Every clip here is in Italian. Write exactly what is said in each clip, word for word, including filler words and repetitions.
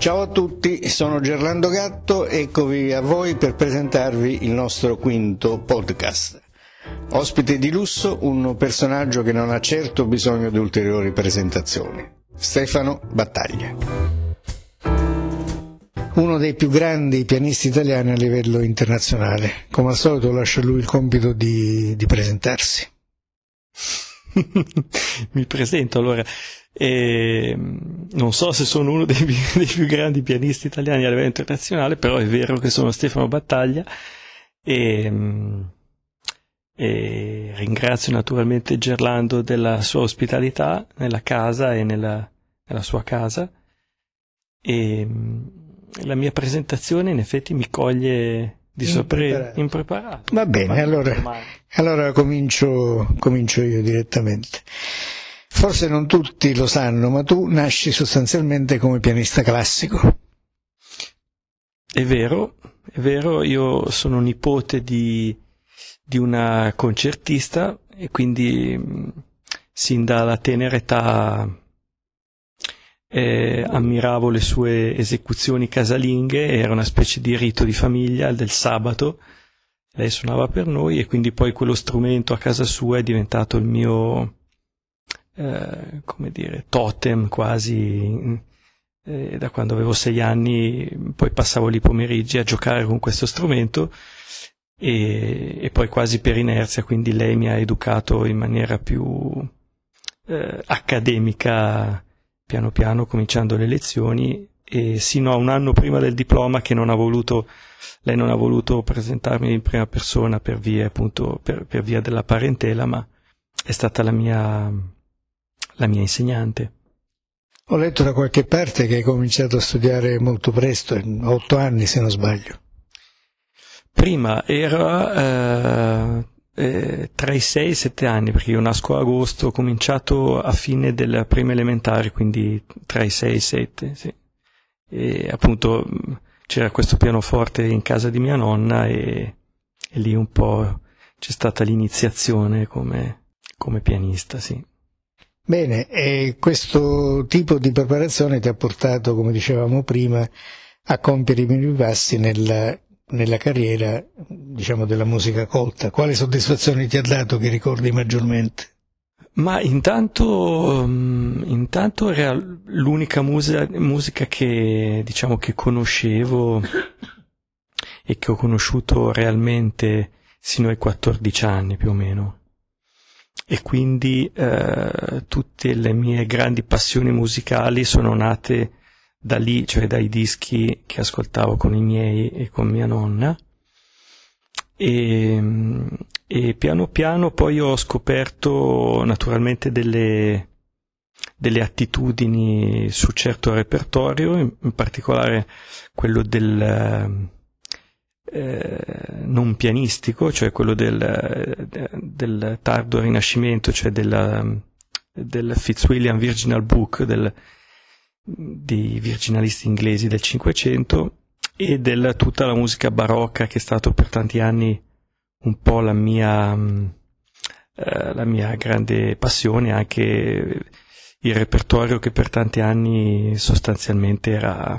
Ciao a tutti, sono Gerlando Gatto, eccovi a voi per presentarvi il nostro quinto podcast. Ospite di lusso, un personaggio che non ha certo bisogno di ulteriori presentazioni, Stefano Battaglia. Uno dei più grandi pianisti italiani a livello internazionale. Come al solito lascio a lui il compito di, di presentarsi. Mi presento allora. E non so se sono uno dei, dei più grandi pianisti italiani a livello internazionale, però è vero che sono Stefano Battaglia e, e ringrazio naturalmente Gerlando della sua ospitalità nella casa e nella, nella sua casa, e la mia presentazione in effetti mi coglie di sorpresa, impreparato. Va bene, allora, allora comincio, comincio io direttamente. Forse non tutti lo sanno, ma tu nasci sostanzialmente come pianista classico. È vero, è vero, io sono nipote di, di una concertista e quindi sin dalla tenera età eh, ammiravo le sue esecuzioni casalinghe, era una specie di rito di famiglia del sabato, lei suonava per noi e quindi poi quello strumento a casa sua è diventato il mio... Eh, come dire, totem quasi, eh, da quando avevo sei anni, poi passavo lì pomeriggi a giocare con questo strumento e, e poi quasi per inerzia, quindi lei mi ha educato in maniera più eh, accademica, piano piano cominciando le lezioni, e sino a un anno prima del diploma che non ha voluto, lei non ha voluto presentarmi in prima persona per via appunto per, per via della parentela, ma è stata la mia la mia insegnante. Ho letto da qualche parte che hai cominciato a studiare molto presto, a otto anni se non sbaglio. Prima era eh, eh, tra i sei e i sette anni, perché io nasco a agosto, ho cominciato a fine della prima elementare, quindi tra i sei e i sette, sì. E appunto c'era questo pianoforte in casa di mia nonna e, e lì un po' c'è stata l'iniziazione come, come pianista, sì. Bene, e questo tipo di preparazione ti ha portato, come dicevamo prima, a compiere i primi passi nella, nella carriera, diciamo, della musica colta. Quali soddisfazioni ti ha dato, che ricordi maggiormente? Ma intanto, intanto era l'unica musica, musica che, diciamo, che conoscevo e che ho conosciuto realmente sino ai quattordici anni più o meno. E quindi eh, tutte le mie grandi passioni musicali sono nate da lì, cioè dai dischi che ascoltavo con i miei e con mia nonna, e, e piano piano poi ho scoperto naturalmente delle, delle attitudini su certo repertorio, in, in particolare quello del... Eh, non pianistico, cioè quello del, del tardo rinascimento, cioè della, del Fitzwilliam Virginal Book, del, dei virginalisti inglesi del Cinquecento, e del tutta la musica barocca, che è stato per tanti anni un po' la mia, eh, la mia grande passione, anche il repertorio che per tanti anni sostanzialmente era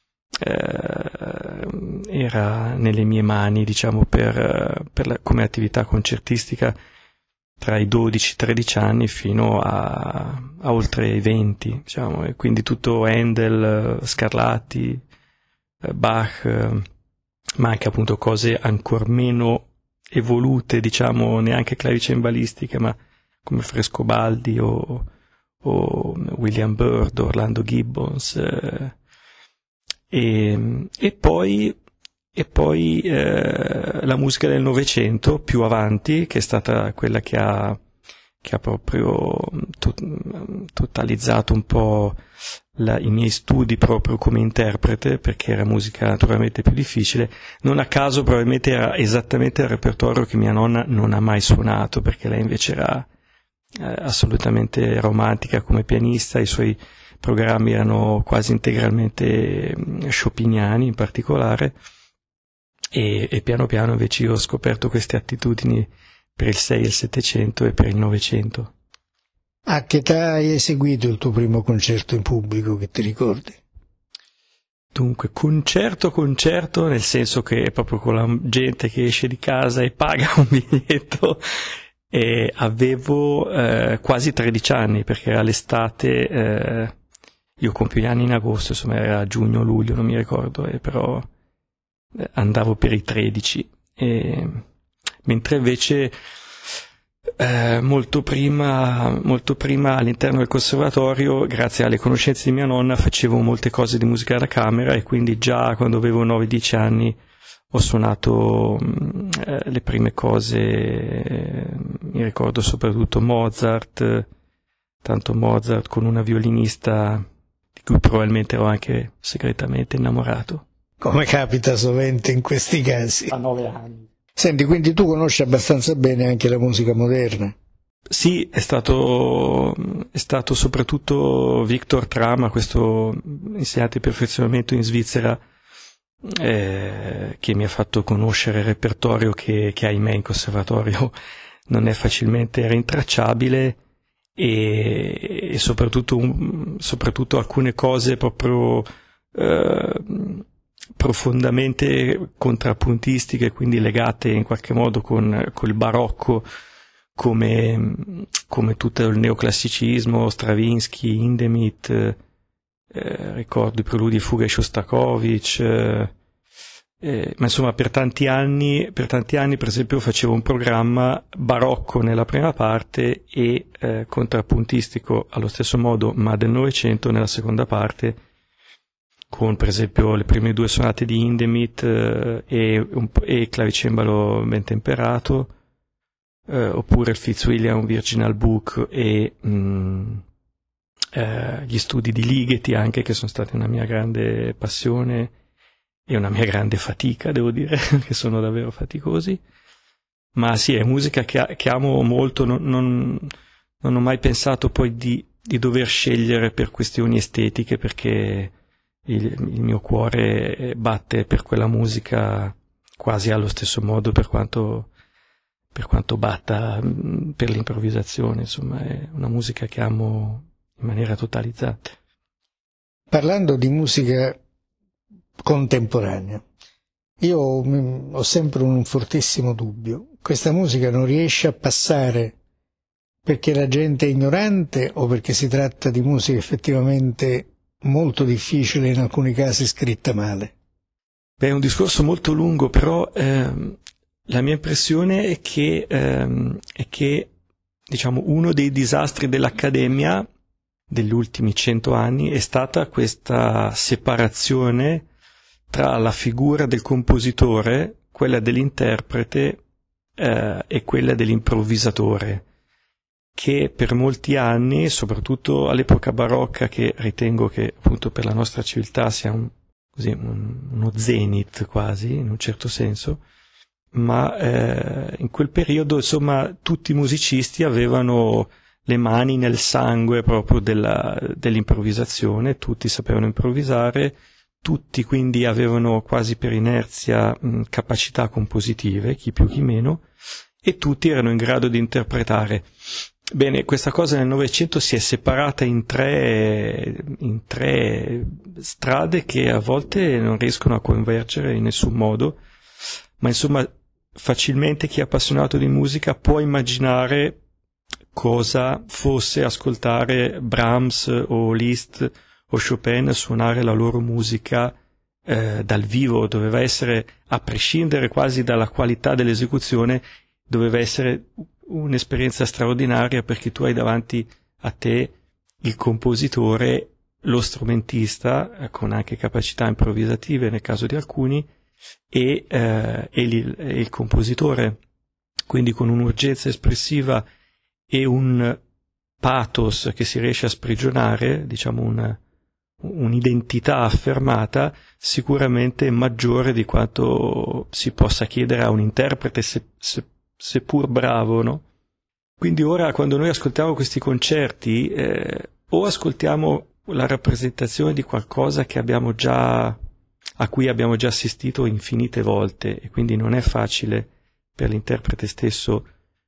Eh, era nelle mie mani, diciamo, per, per la, come attività concertistica tra i dodici e tredici anni fino a, a oltre i venti, diciamo, e quindi tutto Handel, Scarlatti, Bach, ma anche appunto cose ancor meno evolute, diciamo, neanche clavicembalistiche, ma come Frescobaldi o, o William Byrd, Orlando Gibbons, eh, E, e poi, e poi eh, la musica del Novecento più avanti, che è stata quella che ha, che ha proprio to- totalizzato un po' la, i miei studi proprio come interprete, perché era musica naturalmente più difficile. Non a caso probabilmente era esattamente il repertorio che mia nonna non ha mai suonato, perché lei invece era eh, assolutamente romantica come pianista, i suoi programmi erano quasi integralmente chopiniani in particolare, e, e piano piano invece io ho scoperto queste attitudini per il sei e il settecento e per il novecento. A che età hai eseguito il tuo primo concerto in pubblico, che ti ricordi? Dunque, concerto concerto, nel senso che proprio con la gente che esce di casa e paga un biglietto, e avevo eh, quasi tredici anni, perché era l'estate, eh, io compio gli anni in agosto, insomma era giugno, luglio, non mi ricordo, e però eh, andavo per i tredici, e, mentre invece eh, molto prima, molto prima all'interno del conservatorio, grazie alle conoscenze di mia nonna, facevo molte cose di musica da camera, e quindi già quando avevo nove dieci anni ho suonato eh, le prime cose, eh, mi ricordo soprattutto Mozart, eh, tanto Mozart con una violinista di cui probabilmente ero anche segretamente innamorato. Come capita sovente in questi casi. A nove anni. Senti, quindi tu conosci abbastanza bene anche la musica moderna? Sì, è stato, è stato soprattutto Victor Trama, questo insegnante di perfezionamento in Svizzera, eh, che mi ha fatto conoscere il repertorio che, che ahimè in conservatorio non è facilmente rintracciabile, e, e soprattutto, soprattutto alcune cose proprio eh, profondamente contrappuntistiche, quindi legate in qualche modo con, con il barocco, come, come tutto il neoclassicismo, Stravinsky, Hindemith, eh, ricordo i preludi e fughe Shostakovich, eh, eh, ma insomma per tanti anni, per tanti anni per esempio facevo un programma barocco nella prima parte e eh, contrappuntistico allo stesso modo, ma del Novecento nella seconda parte, con per esempio le prime due sonate di Hindemith eh, e, un, e clavicembalo ben temperato, eh, oppure il Fitzwilliam Virginal Book e mh, eh, gli studi di Ligeti anche, che sono stati una mia grande passione e una mia grande fatica, devo dire, che sono davvero faticosi. Ma sì, è musica che, che amo molto, non, non, non ho mai pensato poi di, di dover scegliere per questioni estetiche, perché il, il mio cuore batte per quella musica quasi allo stesso modo per quanto, per quanto batta per l'improvvisazione. Insomma, è una musica che amo in maniera totalizzata. Parlando di musica contemporanea, io ho sempre un fortissimo dubbio: questa musica non riesce a passare perché la gente è ignorante o perché si tratta di musica effettivamente molto difficile, in alcuni casi scritta male? Beh, è un discorso molto lungo, però ehm, la mia impressione è che, ehm, è che diciamo, uno dei disastri dell'Accademia degli ultimi cento anni è stata questa separazione tra la figura del compositore, quella dell'interprete eh, e quella dell'improvvisatore, che per molti anni, soprattutto all'epoca barocca, che ritengo che appunto per la nostra civiltà sia un, così, un, uno zenith quasi, in un certo senso, ma eh, in quel periodo insomma tutti i musicisti avevano le mani nel sangue proprio della, dell'improvvisazione, tutti sapevano improvvisare, tutti quindi avevano quasi per inerzia mh, capacità compositive, chi più chi meno, e tutti erano in grado di interpretare. Bene, questa cosa nel Novecento si è separata in tre, in tre strade che a volte non riescono a convergere in nessun modo, ma insomma facilmente chi è appassionato di musica può immaginare cosa fosse ascoltare Brahms o Liszt o Chopin suonare la loro musica eh, dal vivo. Doveva essere, a prescindere quasi dalla qualità dell'esecuzione, doveva essere un'esperienza straordinaria, perché tu hai davanti a te il compositore, lo strumentista eh, con anche capacità improvvisative nel caso di alcuni, e, eh, e, il, e il compositore, quindi con un'urgenza espressiva e un pathos che si riesce a sprigionare, diciamo una, un'identità affermata sicuramente maggiore di quanto si possa chiedere a un interprete, se, se, seppur bravo, no? Quindi ora, quando noi ascoltiamo questi concerti, eh, o ascoltiamo la rappresentazione di qualcosa che abbiamo già, a cui abbiamo già assistito infinite volte, e quindi non è facile per l'interprete stesso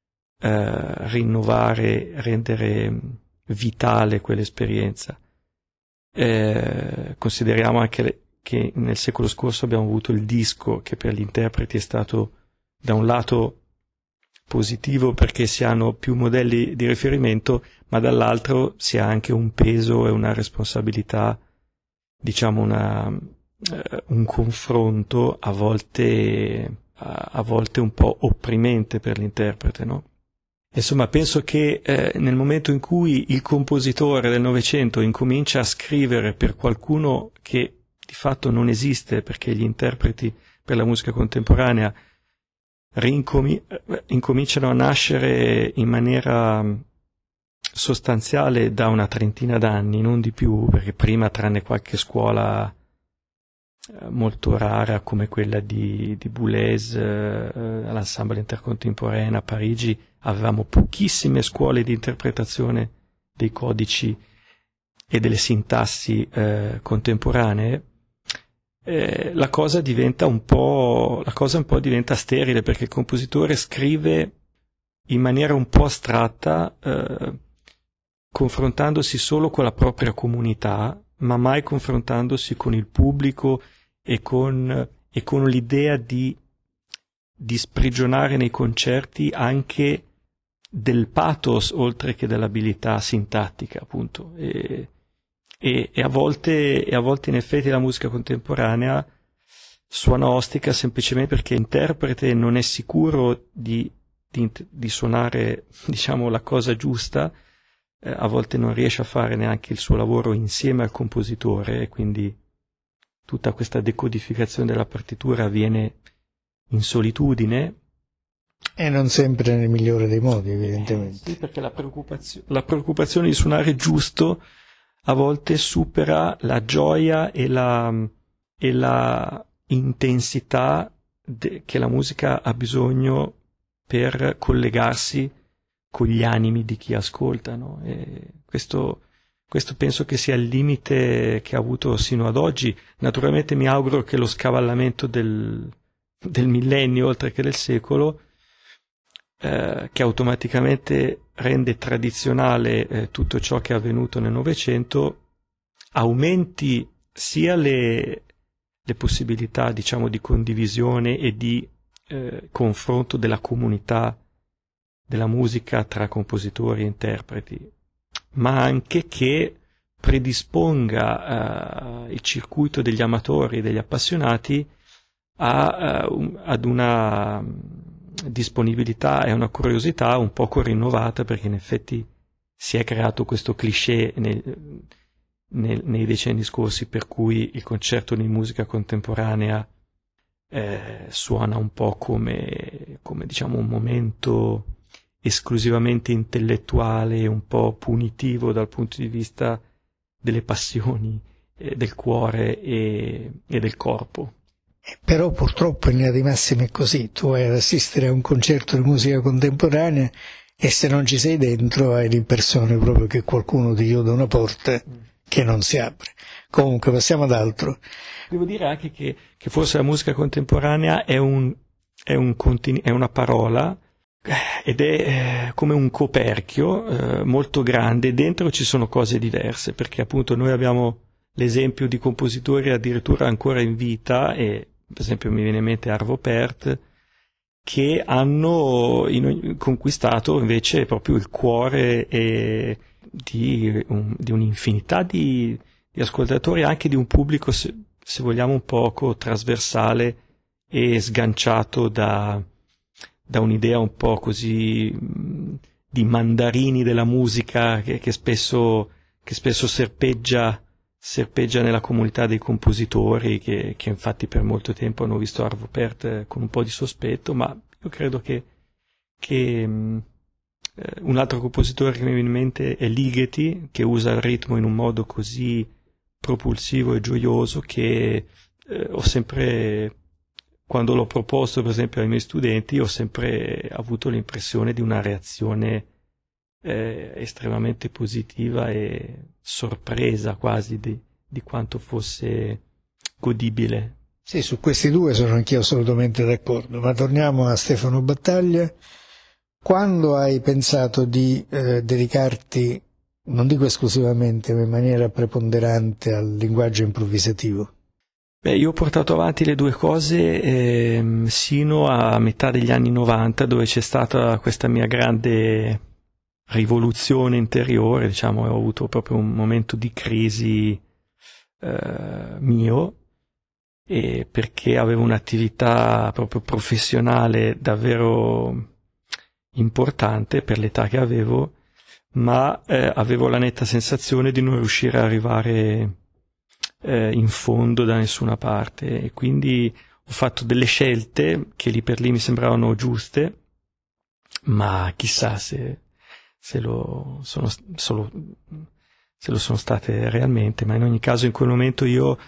eh, rinnovare, rendere vitale quell'esperienza. Eh, consideriamo anche le, che nel secolo scorso abbiamo avuto il disco, che per gli interpreti è stato da un lato positivo perché si hanno più modelli di riferimento, ma dall'altro si ha anche un peso e una responsabilità, diciamo una, eh, un confronto a volte, a, a volte un po' opprimente per l'interprete, no? Insomma, penso che eh, nel momento in cui il compositore del Novecento incomincia a scrivere per qualcuno che di fatto non esiste, perché gli interpreti per la musica contemporanea rincomi- incominciano a nascere in maniera sostanziale da una trentina d'anni, non di più, perché prima, tranne qualche scuola eh, molto rara come quella di, di Boulez, eh, all'Ensemble Intercontemporain a Parigi, avevamo pochissime scuole di interpretazione dei codici e delle sintassi eh, contemporanee. Eh, la cosa diventa un po' la cosa un po' diventa sterile, perché il compositore scrive in maniera un po' astratta, eh, confrontandosi solo con la propria comunità, ma mai confrontandosi con il pubblico e con, e con l'idea di, di sprigionare nei concerti anche del pathos oltre che dell'abilità sintattica, appunto. E, e, e, a volte, e a volte in effetti la musica contemporanea suona ostica semplicemente perché l'interprete non è sicuro di, di, di suonare, diciamo, la cosa giusta, eh, a volte non riesce a fare neanche il suo lavoro insieme al compositore, e quindi tutta questa decodificazione della partitura avviene in solitudine. E non sempre nel migliore dei modi, evidentemente. Eh, sì, perché la preoccupazio- la preoccupazione di suonare giusto a volte supera la gioia e la, e la intensità de- che la musica ha bisogno per collegarsi con gli animi di chi ascolta, no? E questo, questo penso che sia il limite che ha avuto sino ad oggi. Naturalmente mi auguro che lo scavallamento del, del millennio, oltre che del secolo, Eh, che automaticamente rende tradizionale eh, tutto ciò che è avvenuto nel Novecento, aumenti sia le, le possibilità, diciamo, di condivisione e di eh, confronto della comunità della musica tra compositori e interpreti, ma anche che predisponga eh, il circuito degli amatori e degli appassionati a, uh, ad una disponibilità e una curiosità un poco rinnovata, perché in effetti si è creato questo cliché nei, nei, nei decenni scorsi per cui il concerto di musica contemporanea eh, suona un po' come, come diciamo un momento esclusivamente intellettuale e un po' punitivo dal punto di vista delle passioni, eh, del cuore e, e del corpo. Però purtroppo in linea di massima è così: tu vai ad assistere a un concerto di musica contemporanea e se non ci sei dentro hai l'impressione proprio che qualcuno ti chiude una porta che non si apre. Comunque passiamo ad altro. Devo dire anche che, che forse la musica contemporanea è, un, è, un continu- è una parola ed è eh, come un coperchio eh, molto grande, dentro ci sono cose diverse, perché appunto noi abbiamo l'esempio di compositori addirittura ancora in vita, e per esempio mi viene in mente Arvo Pärt, che hanno in, conquistato invece proprio il cuore e di, un, di un'infinità di, di ascoltatori, anche di un pubblico, se, se vogliamo, un poco trasversale e sganciato da, da un'idea un po' così di mandarini della musica che, che spesso, che spesso serpeggia serpeggia nella comunità dei compositori, che, che infatti per molto tempo hanno visto Arvo Pärt con un po' di sospetto, ma io credo che, che um, eh, un altro compositore che mi viene in mente è Ligeti, che usa il ritmo in un modo così propulsivo e gioioso che eh, ho sempre, quando l'ho proposto per esempio ai miei studenti, ho sempre avuto l'impressione di una reazione Eh, estremamente positiva e sorpresa quasi di, di quanto fosse godibile. Sì, su questi due sono anch'io assolutamente d'accordo, ma torniamo a Stefano Battaglia. Quando hai pensato di eh, dedicarti, non dico esclusivamente, ma in maniera preponderante al linguaggio improvvisativo? Beh, io ho portato avanti le due cose eh, sino a metà degli anni novanta, dove c'è stata questa mia grande rivoluzione interiore, diciamo, ho avuto proprio un momento di crisi eh, mio, e perché avevo un'attività proprio professionale davvero importante per l'età che avevo, ma eh, avevo la netta sensazione di non riuscire a arrivare eh, in fondo da nessuna parte, e quindi ho fatto delle scelte che lì per lì mi sembravano giuste, ma chissà se, se, lo sono, solo, se lo sono state realmente. Ma in ogni caso in quel momento io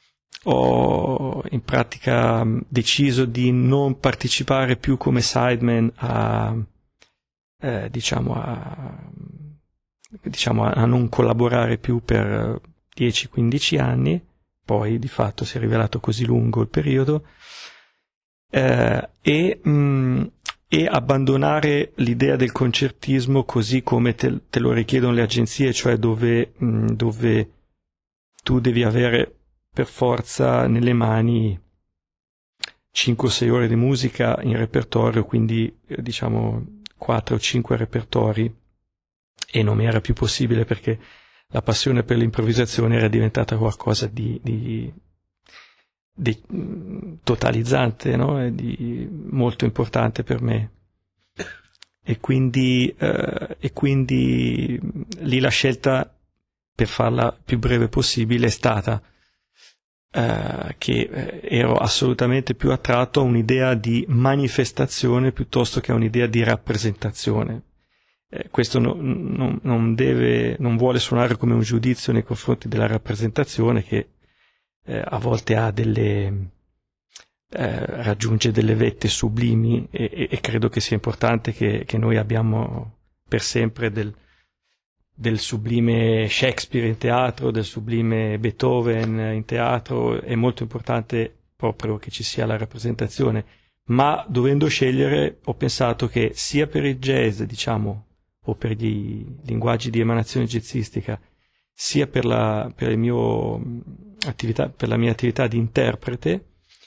ho in pratica deciso di non partecipare più come sideman a, eh, diciamo, a, diciamo a non collaborare più per dieci quindici anni, poi di fatto si è rivelato così lungo il periodo, eh, e, mh, e abbandonare l'idea del concertismo così come te, te lo richiedono le agenzie, cioè dove, mh, dove tu devi avere per forza nelle mani cinque o sei ore di musica in repertorio, quindi eh, diciamo quattro o cinque repertori, e non mi era più possibile perché la passione per l'improvvisazione era diventata qualcosa di, di, di totalizzante, no? E di molto importante per me. E quindi, eh, e quindi lì la scelta, per farla più breve possibile, è stata eh, che eh, ero assolutamente più attratto a un'idea di manifestazione piuttosto che a un'idea di rappresentazione. Eh, questo no, no, non deve, non vuole suonare come un giudizio nei confronti della rappresentazione, che eh, a volte ha delle eh, raggiunge delle vette sublimi, e, e credo che sia importante che, che noi abbiamo per sempre del, del sublime Shakespeare in teatro, del sublime Beethoven in teatro. È molto importante proprio che ci sia la rappresentazione, ma dovendo scegliere ho pensato che sia per il jazz, diciamo, o per gli linguaggi di emanazione jazzistica, sia per la, per il mio attività, per la mia attività di interprete,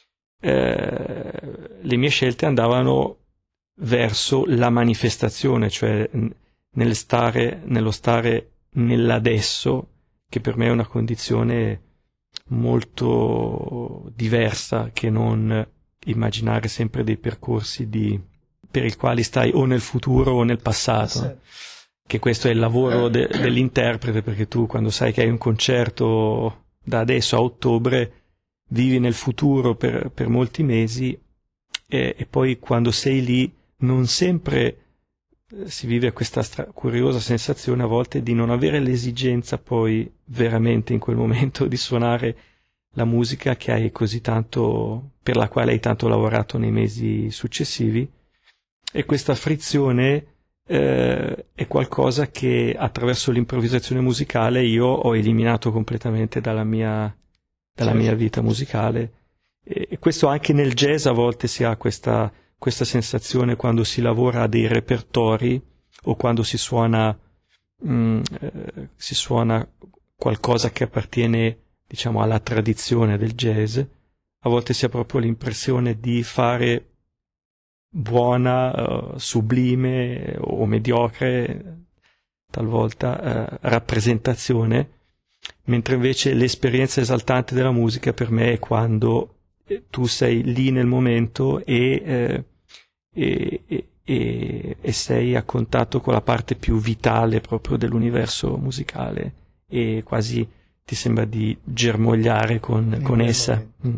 eh, le mie scelte andavano verso la manifestazione, cioè nel stare, nello stare nell'adesso, che per me è una condizione molto diversa che non immaginare sempre dei percorsi di per i quali stai o nel futuro o nel passato, sì. Che questo è il lavoro de, dell'interprete, perché tu quando sai che hai un concerto da adesso a ottobre vivi nel futuro per, per molti mesi, e, e poi quando sei lì non sempre si vive questa stra- curiosa sensazione a volte di non avere l'esigenza poi veramente in quel momento di suonare la musica che hai così tanto, per la quale hai tanto lavorato nei mesi successivi. E questa frizione eh, è qualcosa che attraverso l'improvvisazione musicale io ho eliminato completamente dalla mia, dalla mia vita musicale, e, e questo anche nel jazz a volte si ha questa, questa sensazione quando si lavora a dei repertori o quando si suona, mh, eh, si suona qualcosa che appartiene, diciamo, alla tradizione del jazz. A volte si ha proprio l'impressione di fare buona, uh, sublime o mediocre talvolta uh, rappresentazione, mentre invece l'esperienza esaltante della musica per me è quando tu sei lì nel momento e, eh, e, e, e sei a contatto con la parte più vitale proprio dell'universo musicale e quasi ti sembra di germogliare con, con essa. Mm.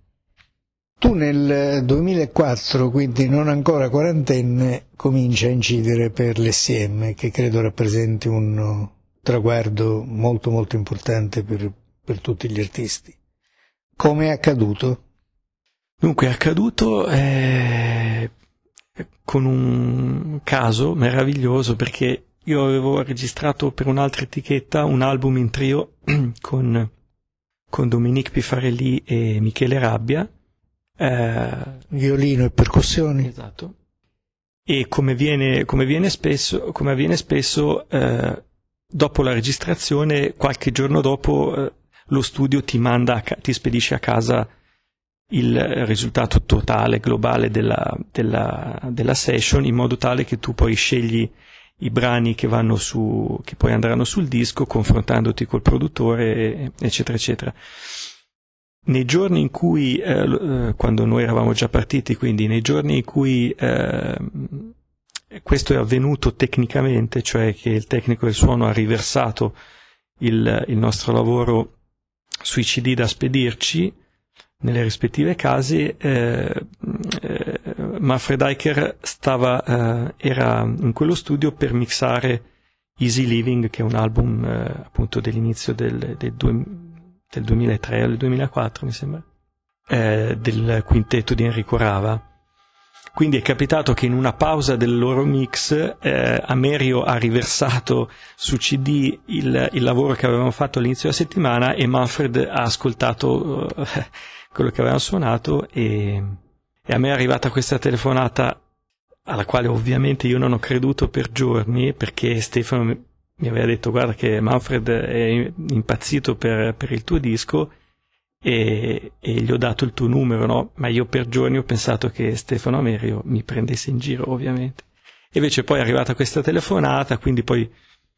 Tu nel duemilaquattro, quindi non ancora quarantenne, cominci a incidere per l'S M, che credo rappresenti un traguardo molto molto importante per, per tutti gli artisti. Come è accaduto? Dunque è accaduto eh, con un caso meraviglioso, perché io avevo registrato per un'altra etichetta un album in trio con, con Dominique Pifarelli e Michele Rabbia, Eh, violino e percussioni. Esatto. E come viene, come viene spesso, come avviene spesso, eh, dopo la registrazione, qualche giorno dopo, eh, lo studio ti manda, a ca- ti spedisce a casa il risultato totale, globale della, della, della session, in modo tale che tu poi scegli i brani che vanno su, che poi andranno sul disco, confrontandoti col produttore, eccetera, eccetera. Nei giorni in cui, eh, quando noi eravamo già partiti, quindi nei giorni in cui eh, questo è avvenuto tecnicamente, cioè che il tecnico del suono ha riversato il, il nostro lavoro sui C D da spedirci, nelle rispettive case, eh, eh, Manfred Eicher stava, eh, era in quello studio per mixare Easy Living, che è un album eh, appunto dell'inizio del, del, due, del duemilatré o del duemilaquattro, mi sembra, eh, del quintetto di Enrico Rava. Quindi è capitato che in una pausa del loro mix eh, Amerio ha riversato su C D il, il lavoro che avevamo fatto all'inizio della settimana, e Manfred ha ascoltato uh, quello che avevamo suonato, e, e a me è arrivata questa telefonata, alla quale ovviamente io non ho creduto per giorni, perché Stefano mi aveva detto: guarda che Manfred è impazzito per, per il tuo disco, e, e gli ho dato il tuo numero, no? Ma io per giorni ho pensato che Stefano Amerio mi prendesse in giro, ovviamente. E invece poi è arrivata questa telefonata, quindi poi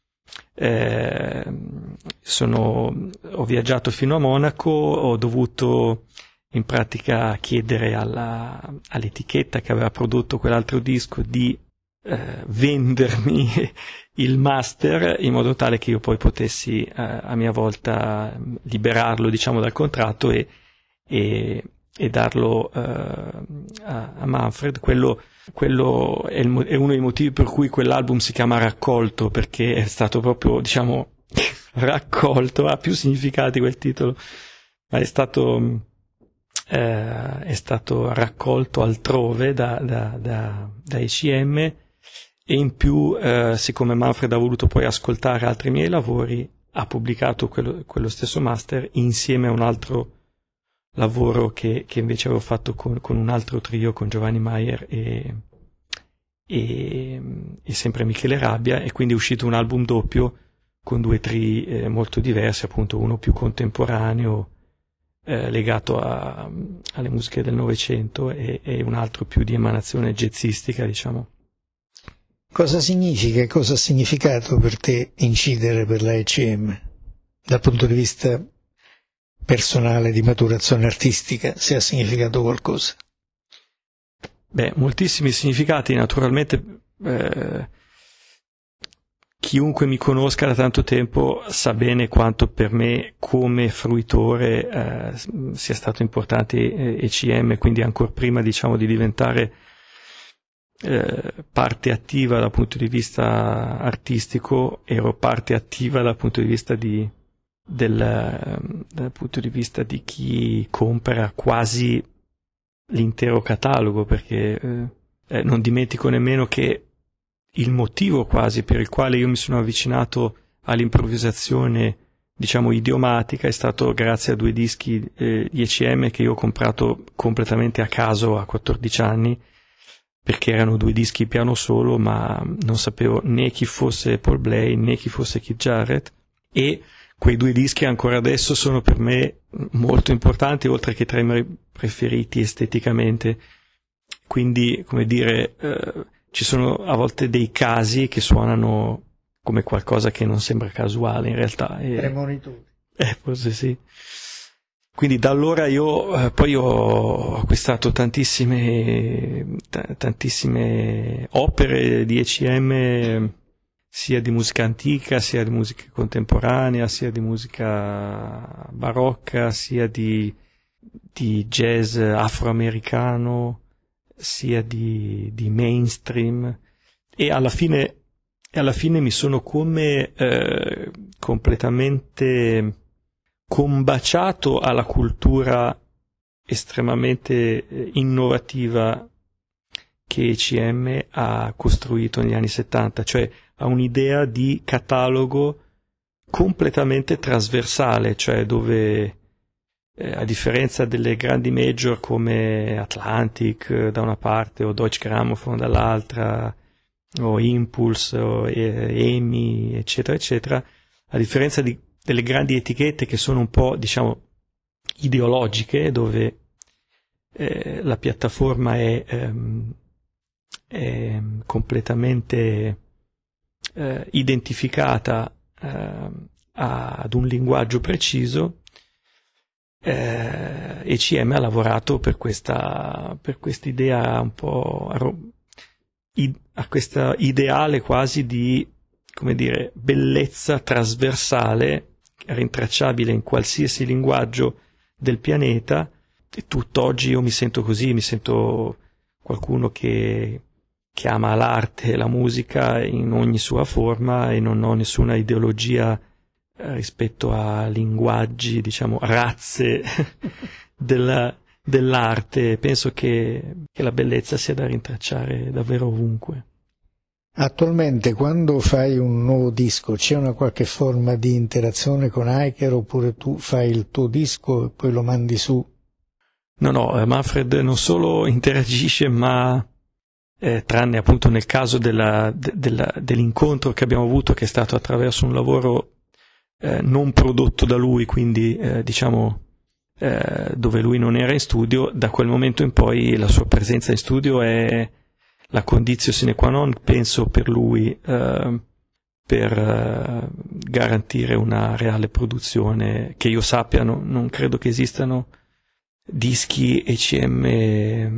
eh, sono, ho viaggiato fino a Monaco, ho dovuto in pratica chiedere alla, all'etichetta che aveva prodotto quell'altro disco di eh, vendermi il master, in modo tale che io poi potessi eh, a mia volta liberarlo, diciamo, dal contratto e, e, e darlo eh, a, a Manfred. Quello, quello è, il, è uno dei motivi per cui quell'album si chiama Raccolto, perché è stato proprio, diciamo, raccolto, ha più significati quel titolo, ma è stato eh, è stato raccolto altrove da, da, da, da E C M, e in più, eh, siccome Manfred ha voluto poi ascoltare altri miei lavori, ha pubblicato quello, quello stesso master insieme a un altro lavoro che, che invece avevo fatto con, con un altro trio, con Giovanni Maier e, e, e sempre Michele Rabbia, e quindi è uscito un album doppio con due tri eh, molto diversi, appunto uno più contemporaneo, eh, legato a, alle musiche del Novecento, e, e un altro più di emanazione jazzistica, diciamo. Cosa significa e cosa ha significato per te incidere per la E C M dal punto di vista personale, di maturazione artistica, se ha significato qualcosa? Beh, moltissimi significati, naturalmente. Eh, chiunque mi conosca da tanto tempo sa bene quanto per me come fruitore eh, sia stato importante E C M, quindi ancora prima, diciamo, di diventare eh, parte attiva dal punto di vista artistico, ero parte attiva dal punto di vista di del, dal punto di vista di chi compra quasi l'intero catalogo, perché eh, eh, non dimentico nemmeno che il motivo quasi per il quale io mi sono avvicinato all'improvvisazione, diciamo, idiomatica è stato grazie a due dischi eh, di E C M che io ho comprato completamente a caso a quattordici anni, perché erano due dischi piano solo, ma non sapevo né chi fosse Paul Bley né chi fosse Keith Jarrett, e quei due dischi ancora adesso sono per me molto importanti, oltre che tra i miei preferiti esteticamente. Quindi, come dire, eh, ci sono a volte dei casi che suonano come qualcosa che non sembra casuale in realtà. Premonitori. Eh, forse sì. Quindi da allora io eh, poi ho acquistato tantissime, t- tantissime opere di E C M, sia di musica antica, sia di musica contemporanea, sia di musica barocca, sia di, di jazz afroamericano, sia di, di mainstream, e alla fine, e alla fine mi sono come eh, completamente combaciato alla cultura estremamente eh, innovativa che E C M ha costruito negli anni settanta, cioè ha un'idea di catalogo completamente trasversale, cioè dove eh, a differenza delle grandi major come Atlantic eh, da una parte o Deutsche Grammophon dall'altra, o Impulse o eh, EMI, eccetera eccetera, a differenza di, delle grandi etichette che sono un po', diciamo, ideologiche, dove eh, la piattaforma è, ehm, è completamente eh, identificata eh, ad un linguaggio preciso. Eh, E C M ha lavorato per questa per quest'idea un po' a questa ideale quasi di, come dire, bellezza trasversale, rintracciabile in qualsiasi linguaggio del pianeta. E tutt'oggi io mi sento così, mi sento qualcuno che, che ama l'arte e la musica in ogni sua forma e non ho nessuna ideologia rispetto a linguaggi, diciamo, razze della, dell'arte. Penso che, che la bellezza sia da rintracciare davvero ovunque. Attualmente, quando fai un nuovo disco, c'è una qualche forma di interazione con Aiker, oppure tu fai il tuo disco e poi lo mandi su? No, no, Manfred non solo interagisce, ma eh, tranne appunto nel caso della, de, della, dell'incontro che abbiamo avuto, che è stato attraverso un lavoro Eh, non prodotto da lui, quindi eh, diciamo eh, dove lui non era in studio, da quel momento in poi la sua presenza in studio è la conditio sine qua non, penso, per lui eh, per eh, garantire una reale produzione. Che io sappia, no, non credo che esistano dischi E C M eh,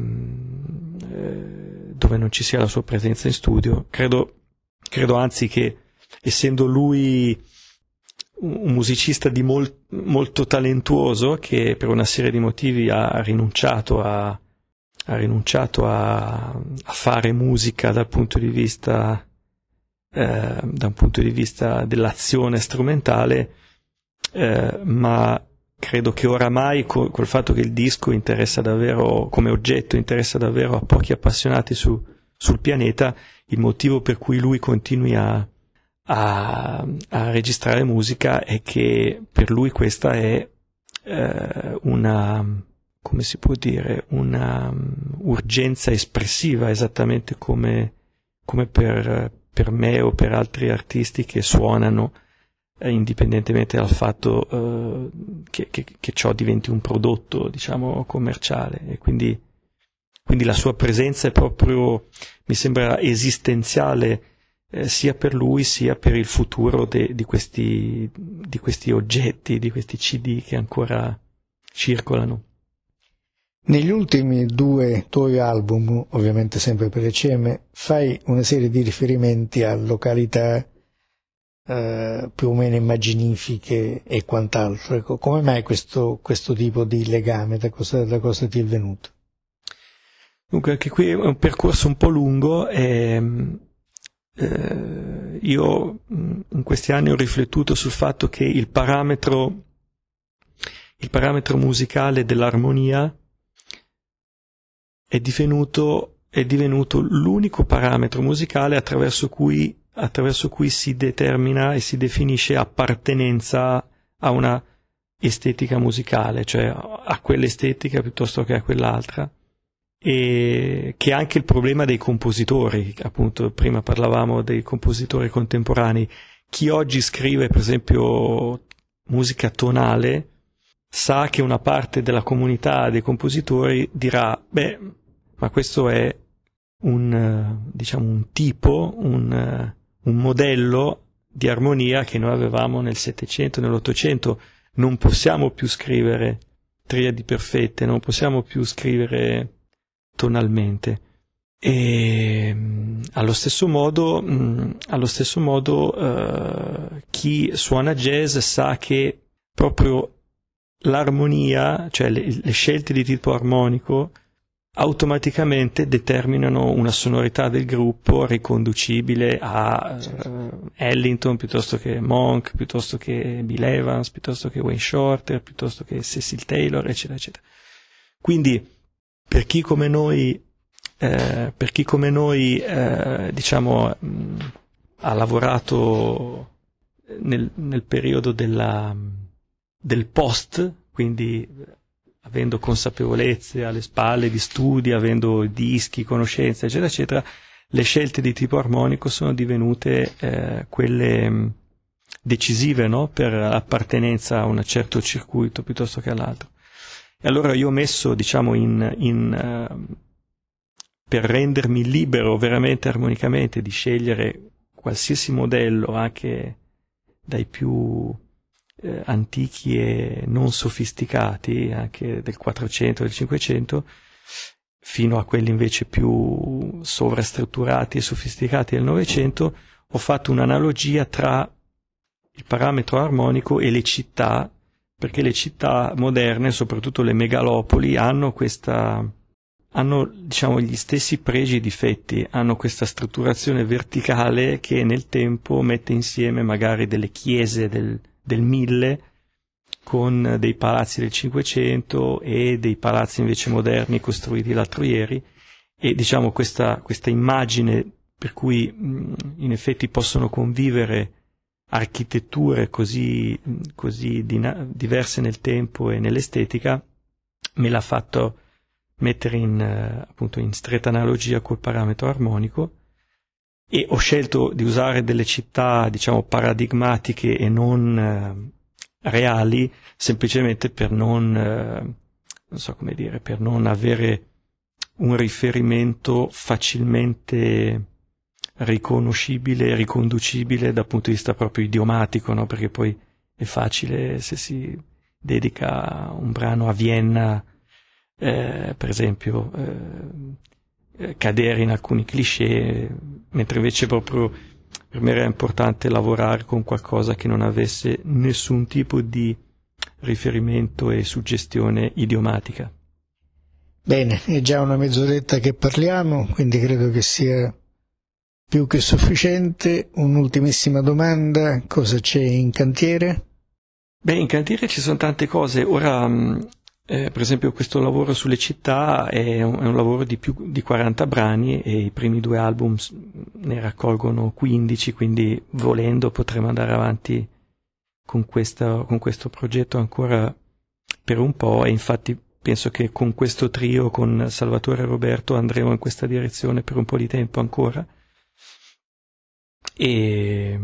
dove non ci sia la sua presenza in studio. Credo, credo anzi che, essendo lui un musicista di mol, molto talentuoso, che per una serie di motivi ha rinunciato a, ha rinunciato a, a fare musica dal punto di vista eh, da un punto di vista dell'azione strumentale, eh, ma credo che oramai col, col fatto che il disco interessa davvero, come oggetto interessa davvero a pochi appassionati su, sul pianeta, il motivo per cui lui continui a A, a registrare musica è che per lui questa è eh, una, come si può dire, una um, urgenza espressiva, esattamente come, come per, per me o per altri artisti che suonano, eh, indipendentemente dal fatto eh, che, che, che ciò diventi un prodotto, diciamo, commerciale. E quindi, quindi la sua presenza è proprio, mi sembra, esistenziale, Eh, sia per lui sia per il futuro de, di, questi, di questi oggetti, di questi C D che ancora circolano. Negli ultimi due tuoi album, ovviamente sempre per E C M, fai una serie di riferimenti a località eh, più o meno immaginifiche e quant'altro. Ecco, come mai questo, questo tipo di legame? Da cosa, da cosa ti è venuto? Dunque, anche qui è un percorso un po' lungo e Eh, io in questi anni ho riflettuto sul fatto che il parametro il parametro musicale dell'armonia è divenuto è divenuto l'unico parametro musicale attraverso cui attraverso cui si determina e si definisce appartenenza a una estetica musicale, cioè a quell'estetica piuttosto che a quell'altra. E che è anche il problema dei compositori. Appunto, prima parlavamo dei compositori contemporanei. Chi oggi scrive, per esempio, musica tonale, sa che una parte della comunità dei compositori dirà: beh, ma questo è un, diciamo, un tipo, un, un modello di armonia che noi avevamo nel Settecento, nell'Ottocento. Non possiamo più scrivere triadi perfette, non possiamo più scrivere tonalmente. E allo stesso modo, mh, allo stesso modo uh, chi suona jazz sa che proprio l'armonia, cioè le, le scelte di tipo armonico, automaticamente determinano una sonorità del gruppo riconducibile a uh, Ellington piuttosto che Monk, piuttosto che Bill Evans, piuttosto che Wayne Shorter, piuttosto che Cecil Taylor, eccetera, eccetera. Quindi per chi come noi, eh, per chi come noi eh, diciamo mh, ha lavorato nel, nel periodo della, del post, quindi avendo consapevolezze alle spalle di studi, avendo dischi, conoscenze, eccetera, eccetera, le scelte di tipo armonico sono divenute eh, quelle, decisive, no? Per l'appartenenza a un certo circuito piuttosto che all'altro. E allora io ho messo, diciamo, in, in uh, per rendermi libero veramente armonicamente di scegliere qualsiasi modello, anche dai più eh, antichi e non sofisticati, anche del quattrocento, del cinquecento, fino a quelli invece più sovrastrutturati e sofisticati del Novecento, ho fatto un'analogia tra il parametro armonico e le città, perché le città moderne, soprattutto le megalopoli, hanno questa, hanno diciamo gli stessi pregi e difetti, hanno questa strutturazione verticale che nel tempo mette insieme magari delle chiese del, del mille con dei palazzi del Cinquecento e dei palazzi invece moderni costruiti l'altro ieri, e diciamo questa, questa immagine per cui mh, in effetti possono convivere architetture così, così dina- diverse nel tempo e nell'estetica, me l'ha fatto mettere in, eh, appunto in stretta analogia col parametro armonico, e ho scelto di usare delle città, diciamo, paradigmatiche e non eh, reali, semplicemente per non, eh, non so come dire, per non avere un riferimento facilmente riconoscibile e riconducibile dal punto di vista proprio idiomatico, no? Perché poi è facile, se si dedica un brano a Vienna, eh, per esempio, eh, cadere in alcuni cliché, mentre invece proprio per me era importante lavorare con qualcosa che non avesse nessun tipo di riferimento e suggestione idiomatica. Bene, è già una mezz'oretta che parliamo, quindi credo che sia più che sufficiente. Un'ultimissima domanda: cosa c'è in cantiere? Beh, in cantiere ci sono tante cose. Ora, eh, per esempio, questo lavoro sulle città è un, è un lavoro di più di quaranta brani, e i primi due album ne raccolgono quindici, quindi volendo potremo andare avanti con, questa, con questo progetto ancora per un po', e infatti penso che con questo trio, con Salvatore e Roberto, andremo in questa direzione per un po' di tempo ancora. E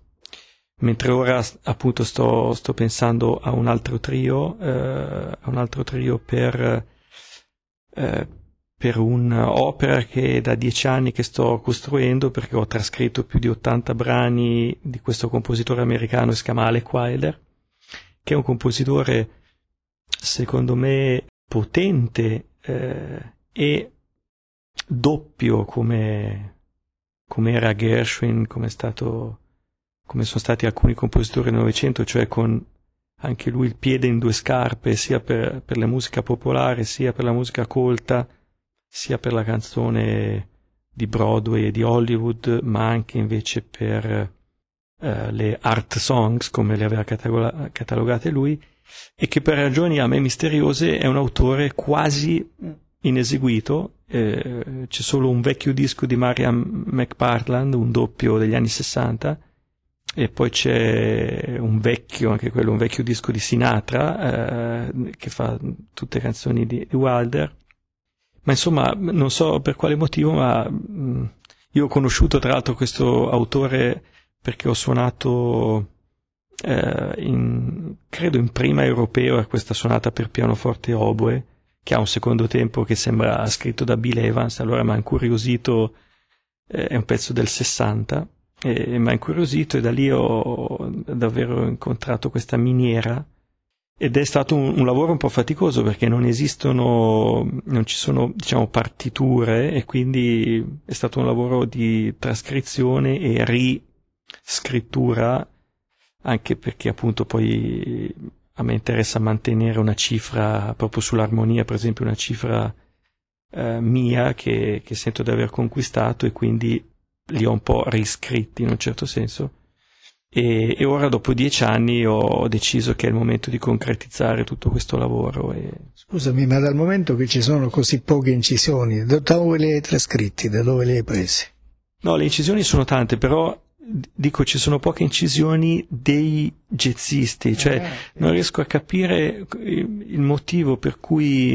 mentre ora appunto sto, sto pensando a un altro trio, eh, a un altro trio per, eh, per un'opera che è da dieci anni che sto costruendo, perché ho trascritto più di ottanta brani di questo compositore americano che si chiama Alec Wilder, che è un compositore secondo me potente eh, e doppio come come era Gershwin, come è stato, come sono stati alcuni compositori del Novecento, cioè con anche lui il piede in due scarpe, sia per, per la musica popolare, sia per la musica colta, sia per la canzone di Broadway e di Hollywood, ma anche invece per eh, le art songs, come le aveva cataloga- catalogate lui, e che per ragioni a me misteriose è un autore quasi ineseguito. Eh, c'è solo un vecchio disco di Marian McPartland, un doppio degli anni sessanta, e poi c'è un vecchio, anche quello, un vecchio disco di Sinatra, eh, che fa tutte canzoni di, di Wilder. Ma insomma, non so per quale motivo, ma mh, io ho conosciuto tra l'altro questo autore perché ho suonato eh, in, credo in prima europeo a questa sonata per pianoforte e oboe, che ha un secondo tempo che sembra scritto da Bill Evans. Allora mi ha incuriosito, eh, è un pezzo del sessanta, e mi ha incuriosito, e da lì ho davvero incontrato questa miniera, ed è stato un, un lavoro un po' faticoso, perché non esistono, non ci sono, diciamo, partiture, e quindi è stato un lavoro di trascrizione e riscrittura, anche perché appunto poi a me interessa mantenere una cifra proprio sull'armonia, per esempio una cifra eh, mia che, che sento di aver conquistato, e quindi li ho un po' riscritti in un certo senso. E, e ora, dopo dieci anni, ho deciso che è il momento di concretizzare tutto questo lavoro. E... Scusami, ma dal momento che ci sono così poche incisioni, da dove le hai trascritti, da dove le hai presi? No, le incisioni sono tante, però dico, ci sono poche incisioni dei jazzisti, cioè eh, non riesco a capire il motivo per cui,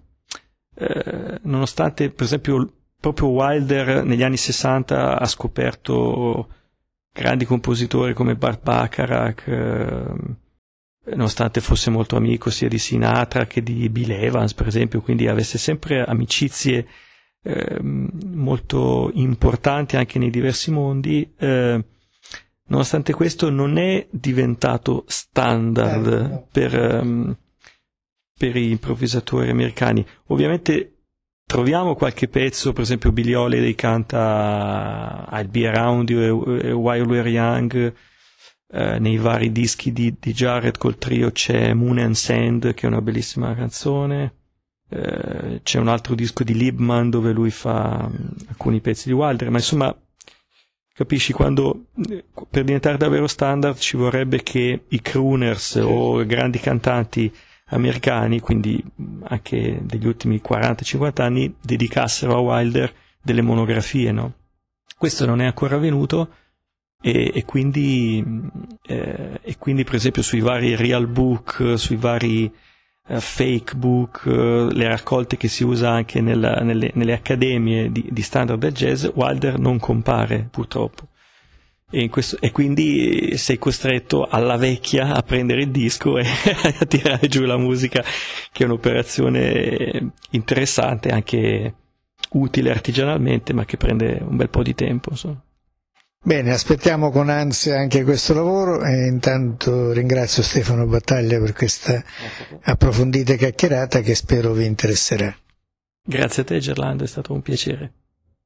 eh, nonostante per esempio proprio Wilder negli anni sessanta ha scoperto grandi compositori come Burt Bacharach, eh, nonostante fosse molto amico sia di Sinatra che di Bill Evans, per esempio, quindi avesse sempre amicizie eh, molto importanti anche nei diversi mondi, eh, nonostante questo non è diventato standard eh, no. per, um, per gli improvvisatori americani. Ovviamente troviamo qualche pezzo, per esempio Billy Holiday canta I'll Be Around You e While We're Young, eh, nei vari dischi di, di Jarrett col trio c'è Moon and Sand, che è una bellissima canzone, eh, c'è un altro disco di Liebman dove lui fa um, alcuni pezzi di Wilder, ma insomma capisci, quando per diventare davvero standard ci vorrebbe che i crooners o grandi cantanti americani, quindi anche degli ultimi quaranta cinquanta anni, dedicassero a Wilder delle monografie, no? Questo non è ancora avvenuto e, e quindi eh, e quindi per esempio sui vari real book, sui vari uh, fake book, uh, le raccolte che si usa anche nella, nelle, nelle accademie di, di standard del jazz, Wilder non compare purtroppo. E, in questo, e quindi sei costretto alla vecchia a prendere il disco e a tirare giù la musica, che è un'operazione interessante, anche utile artigianalmente, ma che prende un bel po' di tempo, insomma. Bene, aspettiamo con ansia anche questo lavoro e intanto ringrazio Stefano Battaglia per questa approfondita chiacchierata che spero vi interesserà. Grazie a te Gerlando, è stato un piacere.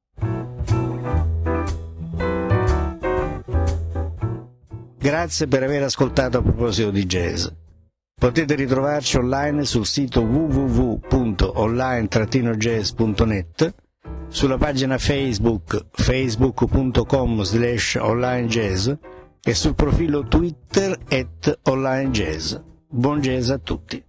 Grazie per aver ascoltato A Proposito di Jazz. Potete ritrovarci online sul sito w w w punto online trattino jazz punto net, sulla pagina Facebook facebook punto com slash online jazz e sul profilo Twitter at online jazz. Buon jazz a tutti.